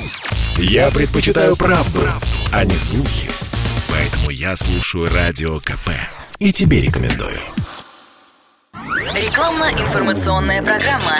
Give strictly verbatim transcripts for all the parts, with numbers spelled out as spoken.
Я предпочитаю правду, правду, а не слухи. Поэтому я слушаю Радио КП. И тебе рекомендую. Рекламно-информационная программа.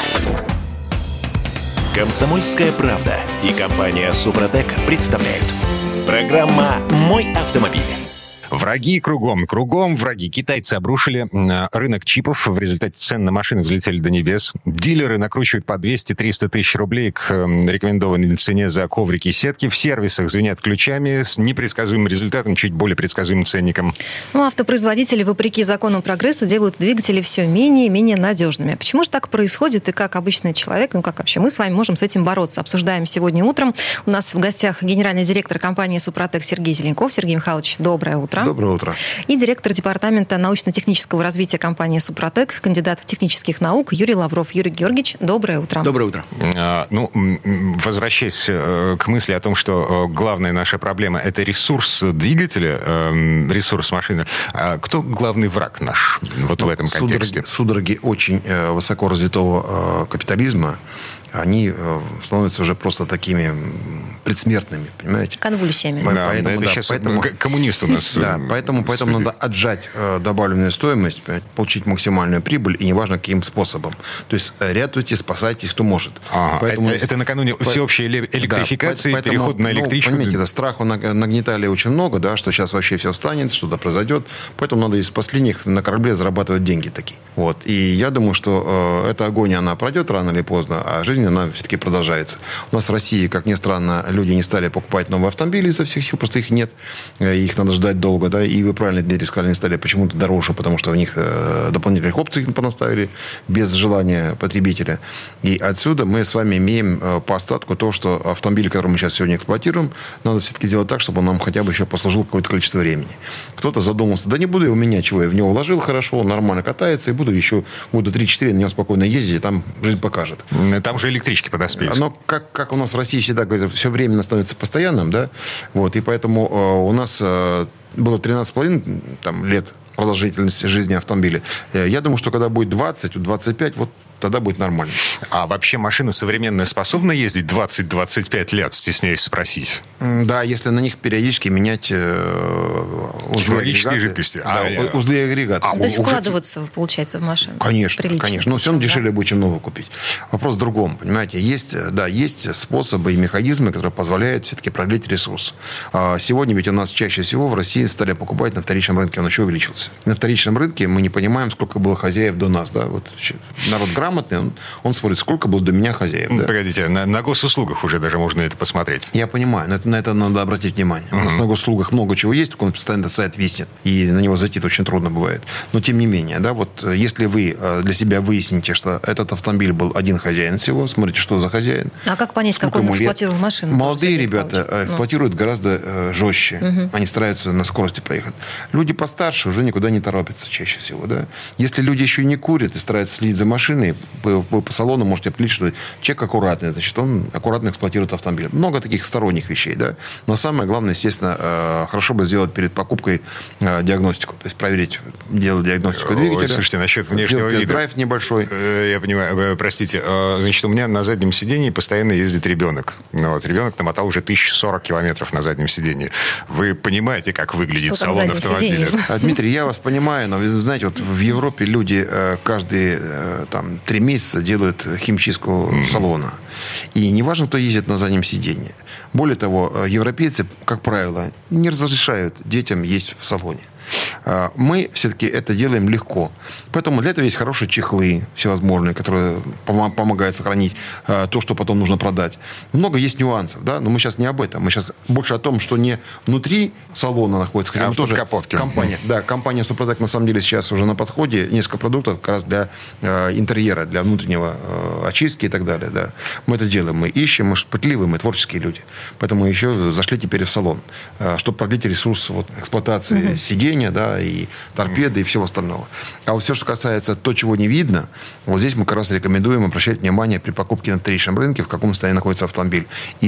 «Комсомольская правда» и компания «Супротек» представляют. Программа «Мой автомобиль». Враги кругом, кругом враги. Китайцы обрушили рынок чипов. В результате цены на машины взлетели до небес. Дилеры накручивают по двести-триста тысяч рублей к рекомендованной цене за коврики и сетки. В сервисах звенят ключами с непредсказуемым результатом, чуть более предсказуемым ценником. Ну, автопроизводители, вопреки закону прогресса, делают двигатели все менее и менее надежными. Почему же так происходит и как обычный человек, ну как вообще мы с вами можем с этим бороться? Обсуждаем сегодня утром. У нас в гостях генеральный директор компании «Супротек» Сергей Зеленков. Сергей Михайлович, доброе утро. Доброе утро. И директор департамента научно-технического развития компании «Супротек», кандидат технических наук Юрий Лавров. Юрий Георгиевич, доброе утро. Доброе утро. А, ну, возвращаясь к мысли о том, что главная наша проблема – это ресурс двигателя, ресурс машины. А кто главный враг наш вот ну, в этом контексте? Судороги, судороги очень высоко развитого капитализма, они становятся уже просто такими предсмертными, понимаете? Конвульсиями. Да, поэтому, это да, сейчас поэтому, коммунист у нас. Да, поэтому, поэтому надо отжать добавленную стоимость, получить максимальную прибыль, и неважно, каким способом. То есть рятуйте, спасайтесь, кто может. Ага, поэтому, это, это накануне по... всеобщей электрификации, да, поэтому, переход на электричество. Ну, понимаете, да, страху нагнетали очень много, да, что сейчас вообще все встанет, что-то произойдет. Поэтому надо из последних на корабле зарабатывать деньги такие. Вот. И я думаю, что э, эта агония, она пройдет рано или поздно, а жизнь, она все-таки продолжается. У нас в России, как ни странно, люди не стали покупать новые автомобили изо всех сил, просто их нет. Их надо ждать долго, да. И вы правильно, Дмитрий, сказали, не стали почему-то дороже, потому что в них э, дополнительных опций понаставили без желания потребителя. И отсюда мы с вами имеем э, по остатку то, что автомобиль, который мы сейчас сегодня эксплуатируем, надо все-таки сделать так, чтобы он нам хотя бы еще послужил какое-то количество времени. Кто-то задумался, да не буду я у меня чего, я в него вложил хорошо, он нормально катается, и буду еще года три-четыре на нем спокойно ездить, и там жизнь покажет. Там же электрички подоспели. Но как, как у нас в России всегда говорят, все время становится постоянным, да, вот, и поэтому э, у нас э, было тринадцать с половиной там, лет продолжительности жизни автомобиля. Я думаю, что когда будет двадцать, двадцать пять, вот тогда будет нормально. А вообще машина современная способна ездить двадцать-двадцать пять лет, стесняюсь спросить? Да, если на них периодически менять э, узлы агрегаты. жидкости. Да, а, узлы и агрегаты. А, то есть вкладываться, получается, в машину? Конечно, прилично, конечно. Но все равно дешевле будет, чем новую купить. Вопрос в другом, понимаете. Есть, да, есть способы и механизмы, которые позволяют все-таки продлить ресурс. Сегодня ведь у нас чаще всего в России стали покупать на вторичном рынке. Он еще увеличился. На вторичном рынке мы не понимаем, сколько было хозяев до нас. Да? Вот народ грамотный, Он, он смотрит, сколько было до меня хозяев. Да? Погодите, на, на госуслугах уже даже можно это посмотреть. Я понимаю, но это, на это надо обратить внимание. Uh-huh. У нас на госуслугах много чего есть, только он постоянно этот сайт виснет, и на него зайти очень трудно бывает. Но тем не менее, да, вот если вы для себя выясните, что этот автомобиль был один хозяин всего, смотрите, что за хозяин. А как понять, какой он эксплуатировал машину? Молодые ребята ну. эксплуатируют гораздо э, жестче. Uh-huh. Они стараются на скорости проехать. Люди постарше уже никуда не торопятся чаще всего. Да? Если люди еще и не курят и стараются следить за машиной, по, по, по салону можете определить, что человек аккуратный, значит, он аккуратно эксплуатирует автомобиль. Много таких сторонних вещей, да. Но самое главное, естественно, э, хорошо бы сделать перед покупкой э, диагностику. То есть проверить, делать диагностику двигателя. Ой, слушайте, насчет внешнего вида. Тест-драйв небольшой. Э, я понимаю, простите. Э, значит, у меня на заднем сидении постоянно ездит ребенок. Ну, вот, ребенок намотал уже тысяча сорок километров на заднем сидении. Вы понимаете, как выглядит что салон автомобиля? А, Дмитрий, я вас понимаю, но вы знаете, вот в Европе люди э, каждые э, там, три месяца делают химчистку mm-hmm. салона. И неважно, кто ездит на заднем сиденье. Более того, европейцы, как правило, не разрешают детям есть в салоне. Мы все-таки это делаем легко. Поэтому для этого есть хорошие чехлы всевозможные, которые помогают сохранить то, что потом нужно продать. Много есть нюансов, да, но мы сейчас не об этом. Мы сейчас больше о том, что не внутри салона находится, хотя а мы тоже капотке. Компания, да, компания Супротек на самом деле сейчас уже на подходе. Несколько продуктов как раз для э, интерьера, для внутреннего э, очистки и так далее. Да. Мы это делаем, мы ищем, мы пытливые, мы творческие люди. Поэтому еще зашли теперь в салон, э, чтобы продлить ресурс вот, эксплуатации mm-hmm. сидения, да, и торпеды, и всего остального. А вот все, что касается того, чего не видно, вот здесь мы как раз рекомендуем обращать внимание при покупке на вторичном рынке, в каком состоянии находится автомобиль. И,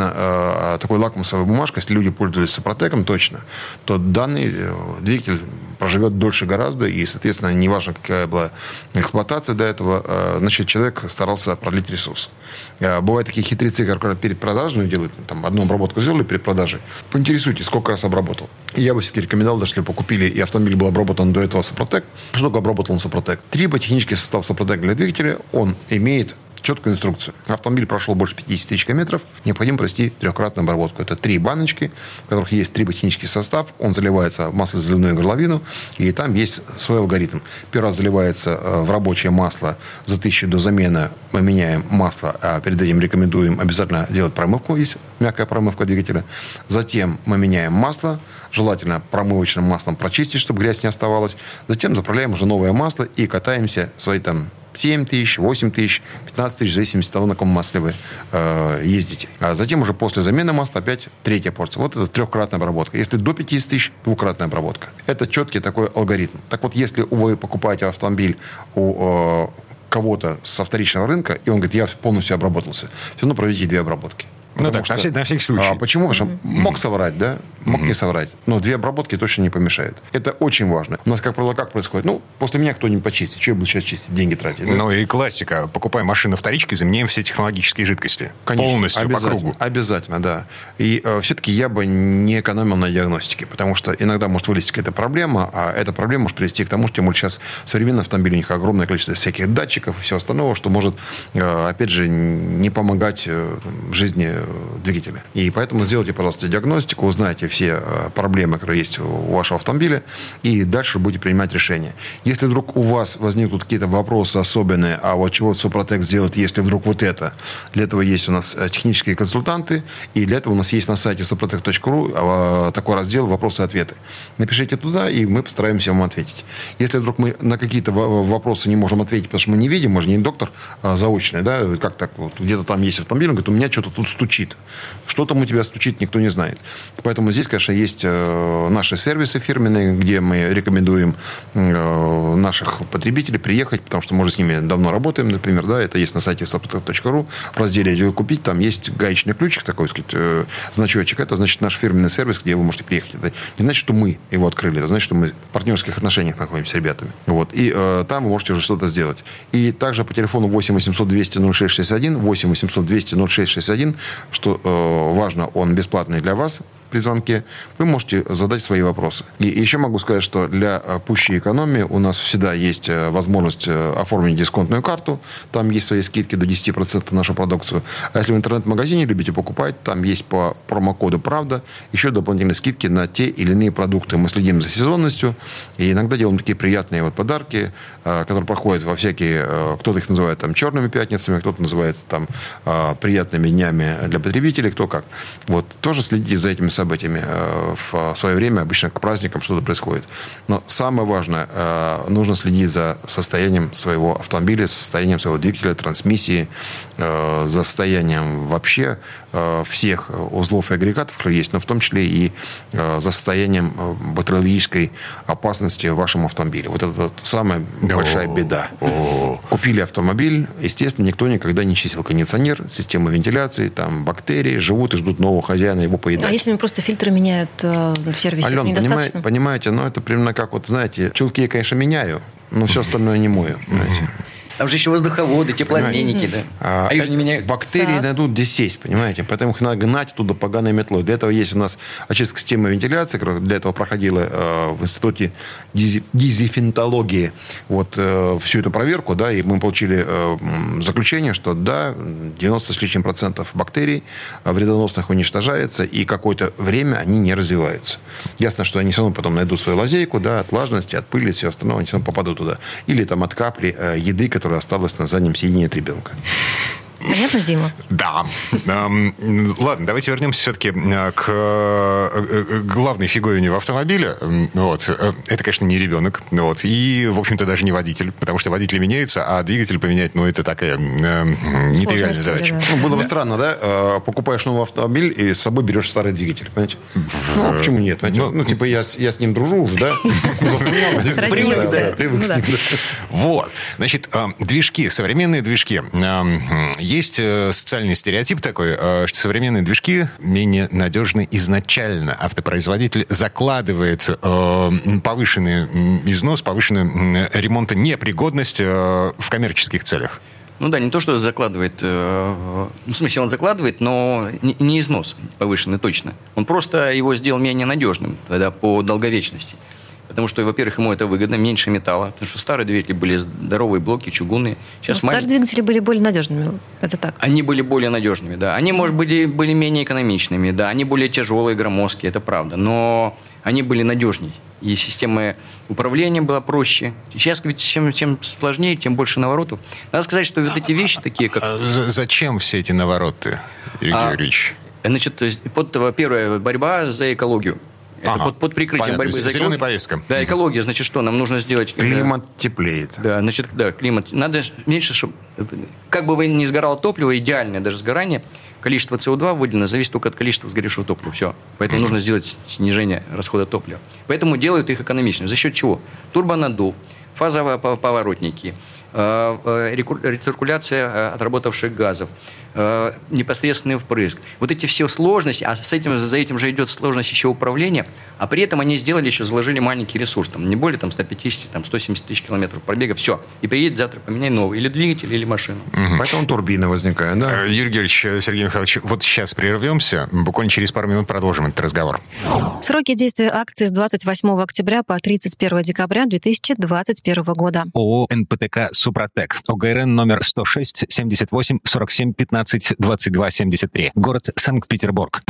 естественно, такой лакмусовой бумажкой, если люди пользовались Супротеком точно, то данный двигатель проживет дольше гораздо, и, соответственно, неважно, какая была эксплуатация до этого, значит, человек старался продлить ресурс. Бывают такие хитрецы, которые перед продажей делают, там, одну обработку сделали перед продажей. Поинтересуйтесь, сколько раз обработал. И я бы все-таки рекомендовал, даже если вы покупили, и автомобиль был обработан до этого Супротек. Что такое обработан Супротек? Триботехнический состав Супротек для двигателя, он имеет четкую инструкцию. Автомобиль прошел больше пятьдесят тысяч километров, необходимо провести трехкратную обработку. Это три баночки, в которых есть триботехнический состав, он заливается в маслозаливную горловину, и там есть свой алгоритм. Первый раз заливается в рабочее масло за тысячу до замены, мы меняем масло, а перед этим рекомендуем обязательно делать промывку, есть мягкая промывка двигателя. Затем мы меняем масло, желательно промывочным маслом прочистить, чтобы грязь не оставалась. Затем заправляем уже новое масло и катаемся свои там семь тысяч, восемь тысяч, пятнадцать тысяч, в зависимости от того, на каком масле вы э, ездите. А затем уже после замены масла опять третья порция. Вот это трехкратная обработка. Если до пятьдесят тысяч, двукратная обработка. Это четкий такой алгоритм. Так вот, если вы покупаете автомобиль у э, кого-то со вторичного рынка, и он говорит, я полностью обработался, все равно проведите две обработки. Ну так, что, на, всякий, на всякий случай. А, почему? Потому что Mm-hmm. мог соврать, да? Мог mm-hmm. не соврать. Но две обработки точно не помешают. Это очень важно. У нас, как правило, как происходит? Ну, после меня кто-нибудь почистит. Что я буду сейчас чистить? Деньги тратить? Да? Ну и классика. Покупаем машину вторичкой, заменяем все технологические жидкости. Конечно. Полностью по кругу. Обязательно, да. И э, все-таки я бы не экономил на диагностике. Потому что иногда может вылезти какая-то проблема, а эта проблема может привести к тому, что, тем более, сейчас современные автомобили, у них огромное количество всяких датчиков и всего остального, что может, э, опять же, не помогать э, жизни двигателя. И поэтому сделайте, пожалуйста, диагностику, узнайте все проблемы, которые есть у вашего автомобиля, и дальше будете принимать решения. Если вдруг у вас возникнут какие-то вопросы особенные, а вот чего Супротек сделать, если вдруг вот это, для этого есть у нас технические консультанты, и для этого у нас есть на сайте супротек точка ру такой раздел «Вопросы и ответы». Напишите туда, и мы постараемся вам ответить. Если вдруг мы на какие-то вопросы не можем ответить, потому что мы не видим, мы же не доктор а, заочный, да, как так, вот, где-то там есть автомобиль, он говорит, у меня что-то тут стучит. Что там у тебя стучит, никто не знает. Поэтому здесь, конечно, есть э, наши сервисы фирменные, где мы рекомендуем э, наших потребителей приехать, потому что мы уже с ними давно работаем, например, да, это есть на сайте супротек точка ру, в разделе «Купить», там есть гаечный ключик такой, сказать, э, значочек, это значит наш фирменный сервис, где вы можете приехать. Это не значит, что мы его открыли, это значит, что мы в партнерских отношениях находимся с ребятами. Вот. И э, там вы можете уже что-то сделать. И также по телефону восемь восемьсот двести ноль шесть шестьдесят один, восемь восемьсот двести ноль шесть шестьдесят один, что э, важно, он бесплатный для вас при звонке, вы можете задать свои вопросы. И еще могу сказать, что для пущей экономии у нас всегда есть возможность оформить дисконтную карту. Там есть свои скидки до десять процентов на нашу продукцию. А если в интернет-магазине любите покупать, там есть по промокоду «Правда» еще дополнительные скидки на те или иные продукты. Мы следим за сезонностью и иногда делаем такие приятные вот подарки, которые проходят во всякие, кто-то их называет там черными пятницами, кто-то называет там приятными днями для потребителей, кто как. Вот. Тоже следите за этими событиями. В свое время обычно к праздникам что-то происходит. Но самое важное, нужно следить за состоянием своего автомобиля, состоянием своего двигателя, трансмиссии, за состоянием вообще всех узлов и агрегатов, которые есть, но в том числе и за состоянием бактериологической опасности в вашем автомобиле. Вот это самая большая беда. Купили автомобиль, естественно, никто никогда не чистил кондиционер, систему вентиляции, там бактерии живут и ждут нового хозяина его поедать. А если просто фильтры меняют э, в сервисе, Ален, это недостаточно? Понимаете, понимаете, ну это примерно как, вот знаете, чулки я, конечно, меняю, но все остальное не мою, понимаете. Там же еще воздуховоды, теплообменники, да. А, а их же не меняют. Бактерии так. найдут где сесть, понимаете? Поэтому их надо гнать оттуда поганой метлой. Для этого есть у нас очистка системы вентиляции, которая для этого проходила э, в институте дизи, дезинфектологии вот, э, всю эту проверку, да, и мы получили э, заключение, что да, девяносто с лишним процентов бактерий вредоносных уничтожается, и какое-то время они не развиваются. Ясно, что они все равно потом найдут свою лазейку, да, от влажности, от пыли, все остальное, они все равно попадут туда. Или там от капли э, еды, которая осталась на заднем сиденье от ребенка. Понятно, Дима? Да. Ладно, давайте вернемся все-таки к главной фиговине в автомобиле. Вот. Это, конечно, не ребенок. Вот. И, в общем-то, даже не водитель. Потому что водители меняются, а двигатель поменять, ну, это такая нетривиальная задача. Да. Ну, было бы да? странно, да? Покупаешь новый автомобиль и с собой берешь старый двигатель, понимаете? Ну, почему нет? Ну, ну, типа, я, я с ним дружу уже, да? Сроднился. Привык с ним. Вот. Значит, движки, современные движки. Есть социальный стереотип такой, что современные движки менее надежны изначально. Автопроизводитель закладывает повышенный износ, повышенную ремонтонепригодность в коммерческих целях. Ну да, не то, что закладывает, ну, в смысле он закладывает, но не износ повышенный точно. Он просто его сделал менее надежным тогда, по долговечности. Потому что, во-первых, ему это выгодно, меньше металла. Потому что старые двигатели были здоровые блоки, чугунные. Сейчас старые малень... двигатели были более надежными, это так? Они были более надежными, да. Они, может быть, были менее экономичными, да. Они более тяжелые, громоздкие, это правда. Но они были надежнее. И система управления была проще. Сейчас ведь чем, чем сложнее, тем больше наворотов. Надо сказать, что вот эти вещи такие, как... А зачем все эти навороты, Юрий а, Георгиевич? Значит, под, первое, борьба за экологию. Это ага, под, под прикрытием понятно. борьбы за Зеленая экологию. повестка. Да, экология, значит, что нам нужно сделать? Климат теплеет. Да, значит, да, климат. Надо меньше, чтобы... Как бы вы ни сгорало топливо, идеальное даже сгорание, количество эс о два выделено зависит только от количества сгоревшего топлива. Все. Поэтому mm-hmm. нужно сделать снижение расхода топлива. Поэтому делают их экономичными. За счет чего? Турбонаддув, фазовые поворотники, рециркуляция отработавших газов, непосредственный впрыск. Вот эти все сложности, а с этим, за этим же идет сложность еще управления, а при этом они сделали еще, заложили маленький ресурс, там, не более там, сто пятьдесят, там, сто семьдесят тысяч километров пробега, все. И приедет завтра, поменяй новый, или двигатель, или машину. Угу. Поэтому турбины возникают, да? Юрий Георгиевич, Сергей Михайлович, вот сейчас прервемся, буквально через пару минут продолжим этот разговор. Сроки действия акции с двадцать восьмого октября по тридцать первого декабря две тысячи двадцать первого года. ООО «эн пэ тэ ка «Супротек», о гэ эр эн номер сто шесть семьдесят восемь сорок семь пятнадцать двадцать два семьдесят три, город Санкт-Петербург.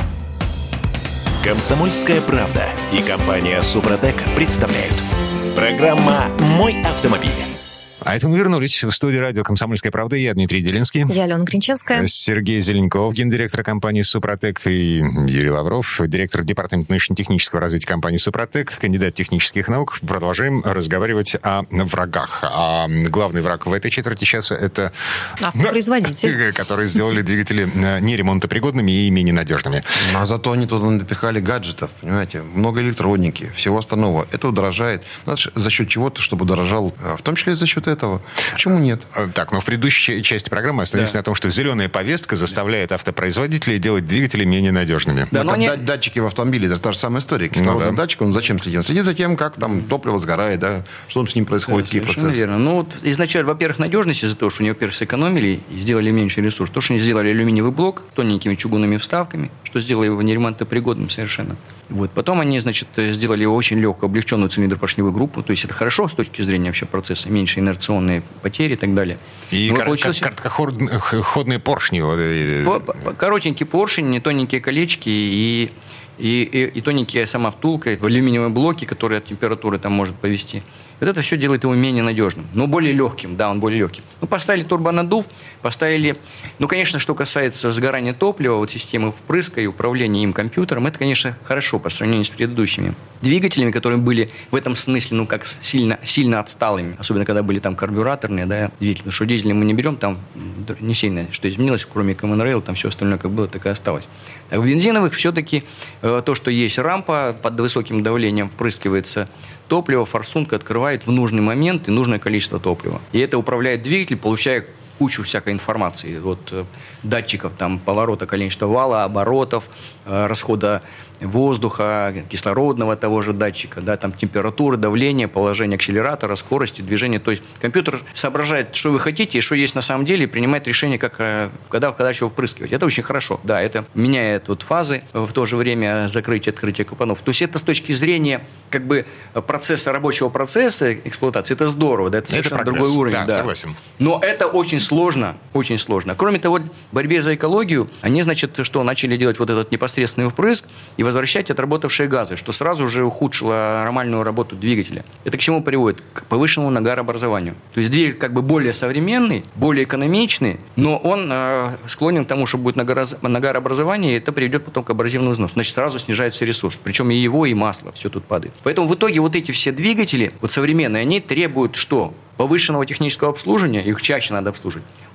«Комсомольская правда» и компания «Супротек» представляют. Программа «Мой автомобиль». А это мы вернулись в студию радио «Комсомольская правда». Я Дмитрий Делинский. Я Алена Гринчевская. Сергей Зеленков, гендиректор компании «Супротек», и Юрий Лавров, директор департамента научно-технического развития компании «Супротек», кандидат технических наук. Продолжаем разговаривать о врагах. А главный враг в этой четверти часа — это... автопроизводитель. Которые сделали двигатели не ремонтопригодными и менее надежными. А зато они туда напихали гаджетов, понимаете, много электроники, всего остального. Это удорожает. Надо за счет чего-то, чтобы удорожал, в том числе за счет этого. Почему нет? Так, но в предыдущей части программы остановились да. на том, что зеленая повестка заставляет автопроизводителей делать двигатели менее надежными. Да, но но они... датчики в автомобиле, это та же самая история. Кислородный ну, да. датчик, он зачем следит? Он следит за тем, как там топливо сгорает, да, что с ним происходит, да, какие процессы. Верно. Ну, вот изначально, во-первых, надежность из-за того, что они, во-первых, сэкономили и сделали меньше ресурс. То, что они сделали алюминиевый блок тоненькими чугунными вставками, что сделало его неремонтопригодным совершенно. Вот. Потом они, значит, сделали его очень легкую, облегченную цилиндропоршневую группу. То есть это хорошо с точки зрения вообще процесса, меньше инерционные потери и так далее. И кор- получилось... короткоходные поршни. Коротенький поршень, тоненькие колечки и, и, и, и тоненькая сама втулка в алюминиевом блоке, который от температуры там может повести. Вот это все делает его менее надежным, но более легким, да, он более легкий. Ну, поставили турбонаддув, поставили... Ну, конечно, что касается сгорания топлива, вот системы впрыска и управления им компьютером, это, конечно, хорошо по сравнению с предыдущими двигателями, которые были в этом смысле, ну, как сильно, сильно отсталыми, особенно когда были там карбюраторные, да, двигатели. Потому что дизель мы не берем, там не сильно что изменилось, кроме Common Rail, там все остальное как было, так и осталось. А в бензиновых все-таки э, то, что есть рампа, под высоким давлением впрыскивается топливо, форсунка открывает в нужный момент и нужное количество топлива. И это управляет двигатель, получая кучу всякой информации. Вот э, датчиков, там, поворота, количества вала, оборотов, э, расхода воздуха, кислородного того же датчика, да, там, температуры, давление, положение акселератора, скорости, движения. То есть компьютер соображает, что вы хотите и что есть на самом деле, и принимает решение, как, э, когда, когда чего впрыскивать. Это очень хорошо. Да, это меняет вот фазы, в то же время закрытие, открытие клапанов. То есть это с точки зрения как бы процесса, рабочего процесса эксплуатации, это здорово, да, это совершенно это другой уровень. Да, да, согласен. Но это очень сложно, очень сложно. Кроме того, в борьбе за экологию они, значит, что начали делать вот этот непосредственный впрыск и возвращать отработавшие газы, что сразу же ухудшило нормальную работу двигателя. Это к чему приводит? К повышенному нагарообразованию. То есть двигатель как бы более современный, более экономичный, но он э, склонен к тому, что будет нагороз... нагарообразование, и это приведет потом к абразивному износу. Значит, сразу снижается ресурс. Причем и его, и масло, все тут падает. Поэтому в итоге вот эти все двигатели, вот современные, они требуют что? Повышенного технического обслуживания, их чаще надо обслуживать,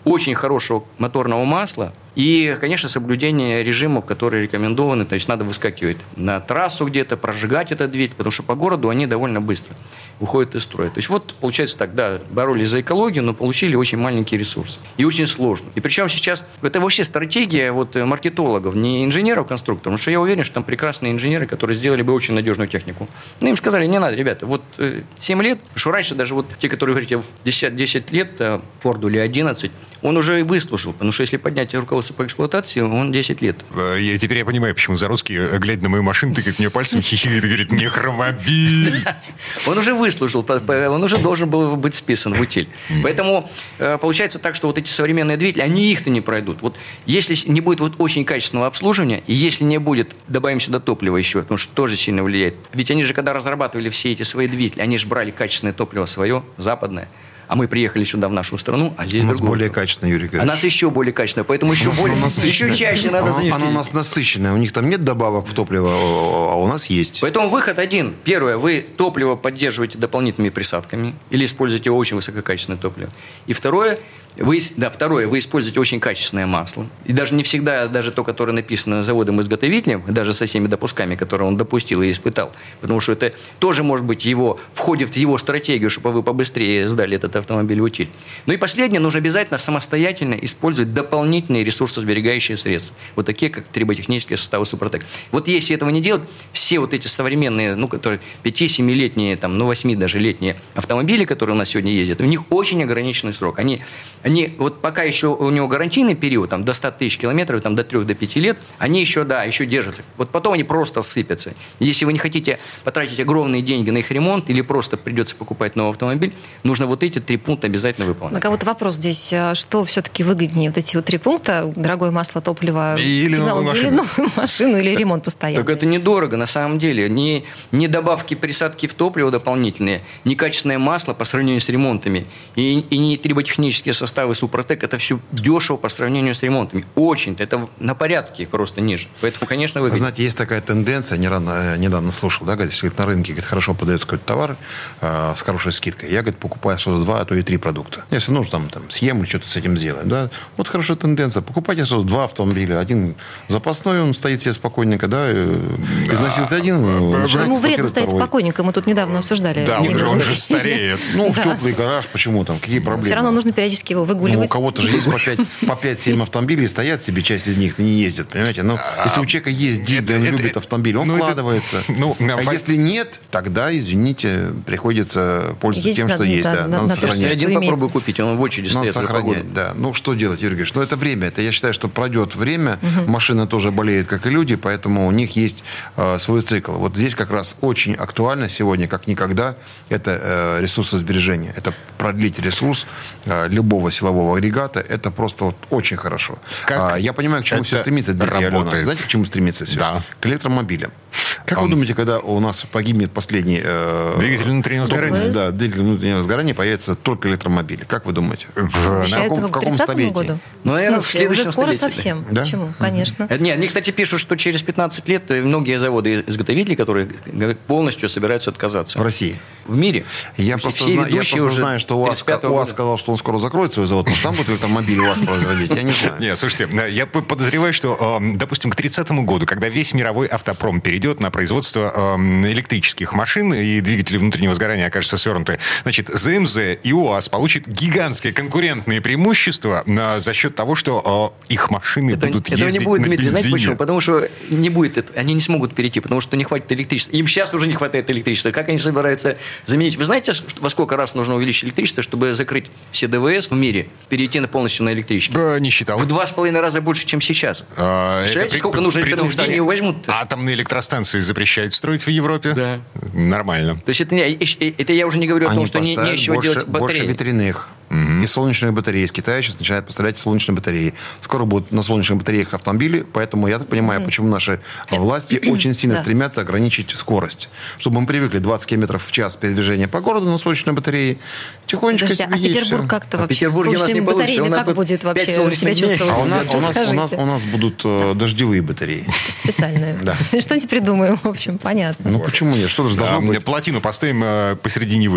очень хорошего моторного масла и, конечно, соблюдение режимов, которые рекомендованы. То есть надо выскакивать на трассу где-то, прожигать этот двигатель, потому что по городу они довольно быстро выходят из строя. То есть вот получается так, да, боролись за экологию, но получили очень маленький ресурс. И очень сложно. И причем сейчас, это вообще стратегия вот маркетологов, не инженеров, конструкторов, потому что я уверен, что там прекрасные инженеры, которые сделали бы очень надежную технику. Но им сказали, не надо, ребята, вот семь лет, что раньше даже вот те, которые говорите, в десять лет, Форду или одиннадцать, он уже выслужил, потому что если поднять руководство по эксплуатации, он десять лет. Я, теперь я понимаю, почему Заруцкий, глядя на мою машину, тыкает мне пальцем, хихикает и говорит, нехромобиль. Он уже выслужил, он уже должен был быть списан в утиль. Поэтому получается так, что вот эти современные двигатели, они их-то не пройдут. Вот если не будет вот очень качественного обслуживания, и если не будет, добавим сюда топливо еще, потому что тоже сильно влияет. Ведь они же, когда разрабатывали все эти свои двигатели, они же брали качественное топливо свое, западное. А мы приехали сюда, в нашу страну, а здесь у нас другое. более качественное, Юрий Григорьевич. А нас еще более качественное, поэтому еще, более, еще чаще надо оно, за них оно у нас насыщенное. У них там нет добавок в топливо, а у нас есть. Поэтому выход один. Первое, вы топливо поддерживаете дополнительными присадками или используете очень высококачественное топливо. И второе, вы, да, второе, вы используете очень качественное масло. И даже не всегда, даже то, которое написано заводом-изготовителем, даже со всеми допусками, которые он допустил и испытал. Потому что это тоже может быть его, входит в его стратегию, чтобы вы побыстрее сдали этот автомобиль в утиль. Ну и последнее, нужно обязательно самостоятельно использовать дополнительные ресурсосберегающие средства. Вот такие, как триботехнические составы Супротек. Вот если этого не делать, все вот эти современные, ну, которые пяти-семилетние, там, ну, восьми даже летние автомобили, которые у нас сегодня ездят, у них очень ограниченный срок. Они Они, вот пока еще у него гарантийный период, там, до ста тысяч километров, там, до трёх, до пяти лет, они еще, да, еще держатся. Вот потом они просто сыпятся. Если вы не хотите потратить огромные деньги на их ремонт или просто придется покупать новый автомобиль, нужно вот эти три пункта обязательно выполнить. Так, а вот вопрос здесь, что все-таки выгоднее, вот эти вот три пункта, дорогое масло, топливо, или новую машину, или новую машину, или ремонт постоянный? Так это недорого, на самом деле. Не, не добавки, присадки в топливо дополнительные, не качественное масло по сравнению с ремонтами, и, и не триботехнические составы Супротек, это все дешево по сравнению с ремонтами. Очень. Это на порядке просто ниже. Поэтому, конечно, выгодно. Знаете, есть такая тенденция, недавно, недавно слушал, да, говорит, на рынке говорит, хорошо продается какой-то товар э, с хорошей скидкой. Я, говорит, покупаю сразу два, а то и три продукта. Если нужно, там, там съем или что-то с этим сделаем. Да? Вот хорошая тенденция. Покупайте сразу два автомобиля. Один запасной, он стоит себе спокойненько, да, износился один. Ему вредно стоять спокойненько, мы тут недавно обсуждали. Да, он же, он же стареет. Ну, в теплый гараж, почему там, какие проблемы? Все равно нужно периодически его выгуливать. Ну, у кого-то же есть по пять-семь автомобилей, стоят себе, часть из них не ездят, понимаете? Но если у человека есть дед, он любит автомобиль, он вкладывается. А если нет, тогда, извините, приходится пользоваться тем, что есть. Надо сохранять. Один попробуй купить, он в очереди стоит. Надо сохранять, да. Ну, что делать, Юрий Григорьевич? Ну, это время. Это, я считаю, что пройдет время, машина тоже болеет, как и люди, поэтому у них есть свой цикл. Вот здесь как раз очень актуально сегодня, как никогда, это ресурсосбережение. Это продлить ресурс любого силового агрегата, это просто вот очень хорошо. А, я понимаю, к чему все стремится. Знаете, к чему стремится все? Да. К электромобилям. Как Он... вы думаете, когда у нас погибнет последний... Э, двигатель внутреннего сгорания? Да, двигатель внутреннего сгорания, появятся только электромобили. Как вы думаете? В, на каком, в каком столетии? Году? Ну, в смысле, уже скоро столетии. Совсем. Да? Почему? Конечно. Это, нет, они, кстати, пишут, что через пятнадцать лет многие заводы-изготовители, которые полностью собираются отказаться. В России? В мире. Я просто, зна- я просто знаю, что УАЗ, УАЗ сказал, что он скоро закроет свой завод, но там будут электромобили УАЗ производить. Я не знаю. Нет, слушайте, я подозреваю, что, допустим, к тридцатому году, когда весь мировой автопром перейдет на производство электрических машин и двигатели внутреннего сгорания окажутся свернуты, значит, ЗМЗ и УАЗ получат гигантские конкурентные преимущества за счет того, что их машины это, будут этого ездить не будет, на Дмитрий, бензине. знаете почему? Потому что не будет это, они не смогут перейти, потому что не хватит электричества. Им сейчас уже не хватает электричества. Как они собираются заменить? Вы знаете, во сколько раз нужно увеличить электричество, чтобы закрыть все ДВС в мире, перейти на полностью на электричество? Да, не считал. В два с половиной раза больше, чем сейчас. А, Представляете, сколько нужно электроэнергии, они его возьмут? Атомные электростанции запрещают строить в Европе? Да. Нормально. То есть это, это я уже не говорю о том, они что не, не еще больше, делать батареи. Больше ветряных. Mm-hmm. И солнечные батареи. Из Китая сейчас начинают поставлять солнечные батареи. Скоро будут на солнечных батареях автомобили, поэтому я так понимаю, mm-hmm. почему наши власти очень сильно стремятся ограничить скорость. Чтобы мы привыкли двадцать километров в час передвижения по городу на солнечной батарее. Тихонечко Подожди, себе а едешь, Петербург все. как-то а вообще с солнечными батареями как будет вообще себя чувствовать? А у нас, у, нас, у, нас, у нас будут э, дождевые батареи. Специальные. Да. Что-нибудь придумаем, в общем, понятно. Ну почему нет? Что же должно быть? Плотину поставим посреди Невы.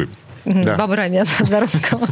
с бобрами от Заруцкого.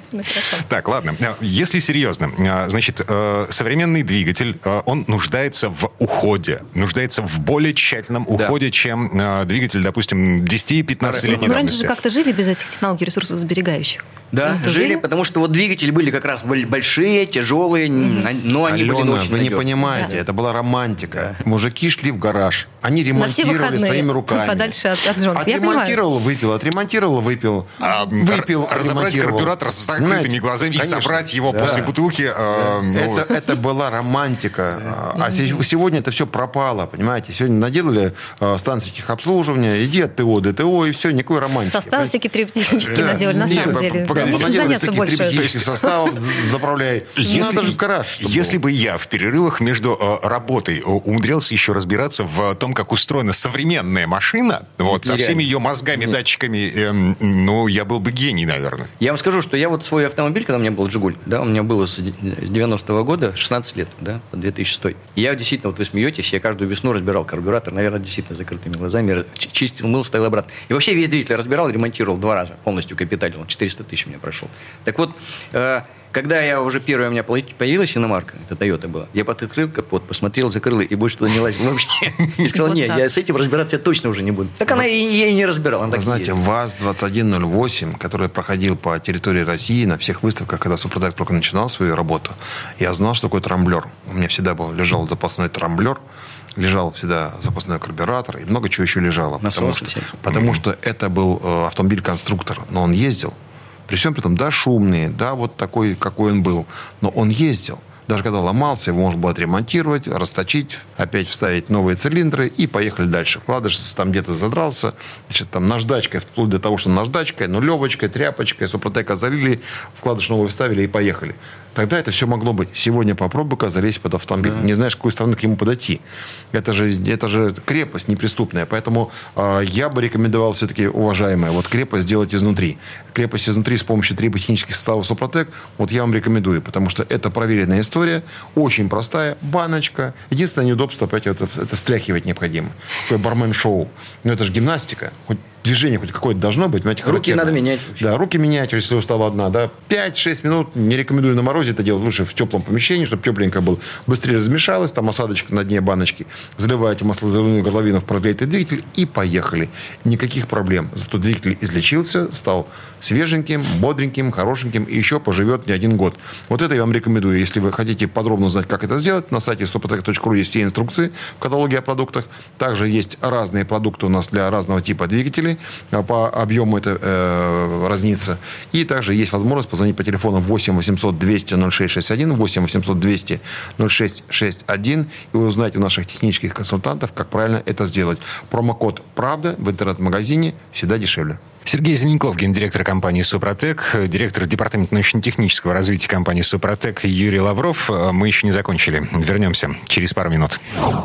Так, ладно. Если серьезно, значит, современный двигатель, он нуждается в уходе, нуждается в более тщательном уходе, да. чем двигатель, допустим, десять-пятнадцатилетней давности. Ну, давности. раньше же как-то жили без этих технологий ресурсосберегающих. Да, ну, жили, потому что вот двигатели были как раз большие, тяжелые, mm-hmm. но они Алена, были очень вы не надежные. понимаете, да. это была романтика. Да. Мужики шли в гараж, они ремонтировали своими руками. Подальше от, от жен. Отремонтировал, выпил, отремонтировал, выпил, а, выпил, разобрать карбюратор с закрытыми глазами и собрать его да. после бутылки. Да. Э, ну... это, это была романтика. А mm-hmm. сегодня это все пропало, понимаете? Сегодня наделали э, станции техобслуживания, иди от ТО до ТО, и все, никакой романтики. Составы всякие триптехнические да. наделали, на самом деле. Нечем заняться больше. Триптехический состав заправляй. Если, Надо же в гараж. Если бы я в перерывах между э, работой умудрялся еще разбираться в том, как устроена современная машина, вот, со всеми ее мозгами, Нет. датчиками, э, ну, я был бы гений, наверное. Я вам скажу, что я вот свой автомобиль, когда у меня был «Жигуль», да, у меня было с девяностого года шестнадцать лет, да, по две тысячи шестой. И я действительно, вот вы смеетесь, я каждую весну разбирал карбюратор, наверное, действительно закрытыми глазами, чистил, мыл, ставил обратно. И вообще весь двигатель разбирал, ремонтировал два раза, полностью капиталил, четыреста тысяч у меня прошел. Так вот, э, когда я уже первая у меня появилась иномарка, это Toyota была, я открыл капот, посмотрел, закрыл и больше туда не лазил вообще. И сказал, нет, я с этим разбираться точно уже не буду. Так она и не разбирала. Вы знаете, ВАЗ двадцать один ноль восемь, который проходил по территории России на всех выставках, когда Супротек только начинал свою работу, я знал, что такое трамблер. У меня всегда был, лежал запасной трамблер, лежал всегда запасной карбюратор, и много чего еще лежало. Потому, что, потому что это был э, автомобиль-конструктор, но он ездил. При всем при том, да, шумный, да, вот такой, какой он был. Но он ездил. Даже когда ломался, его можно было отремонтировать, расточить, опять вставить новые цилиндры и поехали дальше. Вкладыш там где-то задрался, значит, там наждачкой, вплоть до того, что наждачкой, нулевочкой, тряпочкой, Супротека залили, вкладыш новый вставили и поехали. Тогда это все могло быть. Сегодня попробуй-ка залезть под автомобиль. Да. Не знаешь, с какой стороны к нему подойти. Это же, это же крепость неприступная. Поэтому э, я бы рекомендовал все-таки, уважаемые, вот крепость сделать изнутри. Крепость изнутри с помощью триботехнических составов Супротек, вот я вам рекомендую, потому что это проверенная история, очень простая, баночка. Единственное неудобство, опять, это, это стряхивать необходимо. Такое бармен-шоу. Но это же гимнастика. Хоть движение хоть какое-то должно быть. Понимаете, руки надо менять. Вообще. Да, руки менять, если устала одна. Да. пять-шесть минут, не рекомендую на морозе это делать. Лучше в теплом помещении, чтобы тепленько было. Быстрее размешалось, там осадочка на дне баночки. Заливаете маслозаливную горловину в прогретый двигатель и поехали. Никаких проблем. Зато двигатель излечился, стал свеженьким, бодреньким, хорошеньким и еще поживет не один год. Вот это я вам рекомендую. Если вы хотите подробно узнать, как это сделать, на сайте супротек точка ру есть все инструкции в каталоге о продуктах. Также есть разные продукты у нас для разного типа двигателей. По объему это э, разнится. И также есть возможность позвонить по телефону восемь восемьсот двести ноль шесть шесть один, восемь восемьсот двести ноль шесть шесть один, и вы узнаете у наших технических консультантов, как правильно это сделать. Промокод «Правда» в интернет-магазине всегда дешевле. Сергей Зеленков, гендиректор компании «Супротек», директор департамента научно-технического развития компании «Супротек» Юрий Лавров. Мы еще не закончили. Вернемся через пару минут.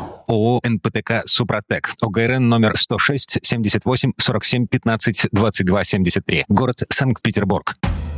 ООО «эн пэ тэ ка «Супротек». о гэ эр эн номер сто шесть семьдесят восемь сорок семь пятнадцать двадцать два семьдесят три. Город Санкт-Петербург.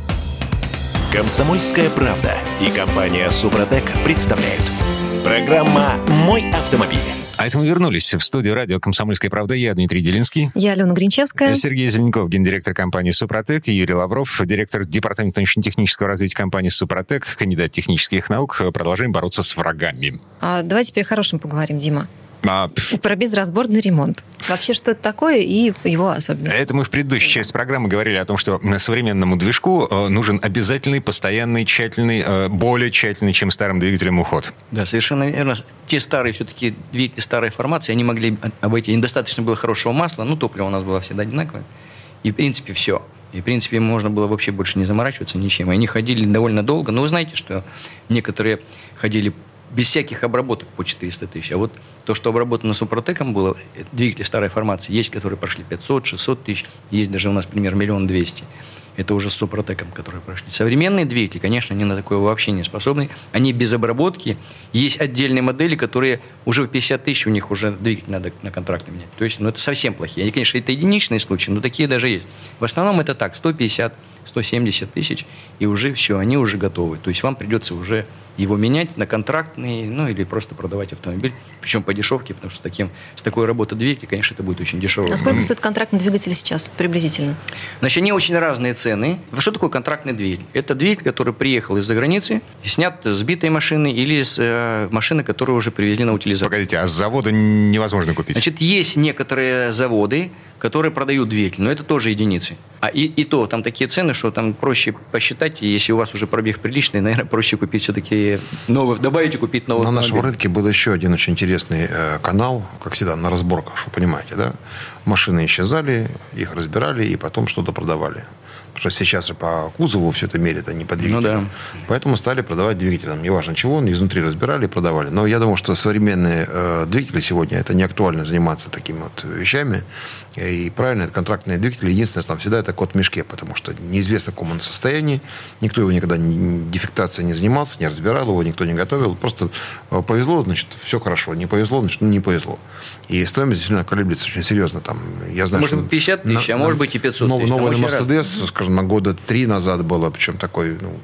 «Комсомольская правда» и компания «Супротек» представляют. Программа «Мой автомобиль». А это мы вернулись в студию радио «Комсомольская правда». Я Дмитрий Делинский. Я Алена Гринчевская. Сергей Зеленков, гендиректор компании «Супротек». Юрий Лавров, директор департамента научно-технического развития компании «Супротек», кандидат технических наук. Продолжаем бороться с врагами. А давайте теперь о хорошем поговорим, Дима. А... Про безразборный ремонт. Вообще, что это такое и его особенности? Это мы в предыдущей части программы говорили о том, что современному движку нужен обязательный, постоянный, тщательный, более тщательный, чем старым двигателям, уход. Да, совершенно верно. Те старые все-таки двигатели старой формации, они могли обойти. Недостаточно было хорошего масла, ну, топливо у нас было всегда одинаковое. И, в принципе, все. И, в принципе, можно было вообще больше не заморачиваться ничем. Они ходили довольно долго. Но вы знаете, что некоторые ходили без всяких обработок по четыреста тысяч. А вот то, что обработано Супротеком было, двигатели старой формации, есть, которые прошли пятьсот-шестьсот тысяч, есть даже у нас, например, миллион двести. Это уже с Супротеком, которые прошли. Современные двигатели, конечно, они на такое вообще не способны. Они без обработки. Есть отдельные модели, которые уже в пятьдесят тысяч у них уже двигатель надо на контракте менять. То есть, ну, это совсем плохие. Они, конечно, это единичные случаи, но такие даже есть. В основном это так, сто пятьдесят сто семьдесят тысяч, и уже все, они уже готовы. То есть вам придется уже его менять на контрактный, ну или просто продавать автомобиль, причем по дешевке, потому что с, таким, с такой работой двигателя, конечно, это будет очень дешево. А сколько стоит контрактный двигатель сейчас приблизительно? Значит, они очень разные цены. Что такое контрактный двигатель? Это двигатель, который приехал из-за границы, снят с битой машины или с э, машины, которую уже привезли на утилизацию. Погодите, а с завода невозможно купить? Значит, есть некоторые заводы, которые продают двигатель, но это тоже единицы. А и, и то, там такие цены, что там проще посчитать, и если у вас уже пробег приличный, наверное, проще купить все-таки новый, добавить и купить новый. На автомобиль. нашем рынке был еще один очень интересный э, канал, как всегда, на разборках, вы понимаете, да? Машины исчезали, их разбирали и потом что-то продавали. Потому что сейчас же по кузову все это мерят, а не по двигателю. Ну, да. Поэтому стали продавать двигатели. Там, неважно чего, он изнутри разбирали и продавали. Но я думаю, что современные э, двигатели сегодня, это не актуально заниматься такими вот вещами. И правильно, это контрактные двигатели. Единственное, там всегда это кот в мешке, потому что неизвестно, в каком он состоянии. Никто его никогда не, дефектацией не занимался, не разбирал его, никто не готовил. Просто повезло, значит, все хорошо. Не повезло, значит, ну, не повезло. И стоимость действительно колеблется очень серьезно. Там, я знаю, может быть, пятьдесят тысяч, на, а может быть и пятьсот тысяч. Новый Мерседес, скажем, на года три назад было, причем такой, ну,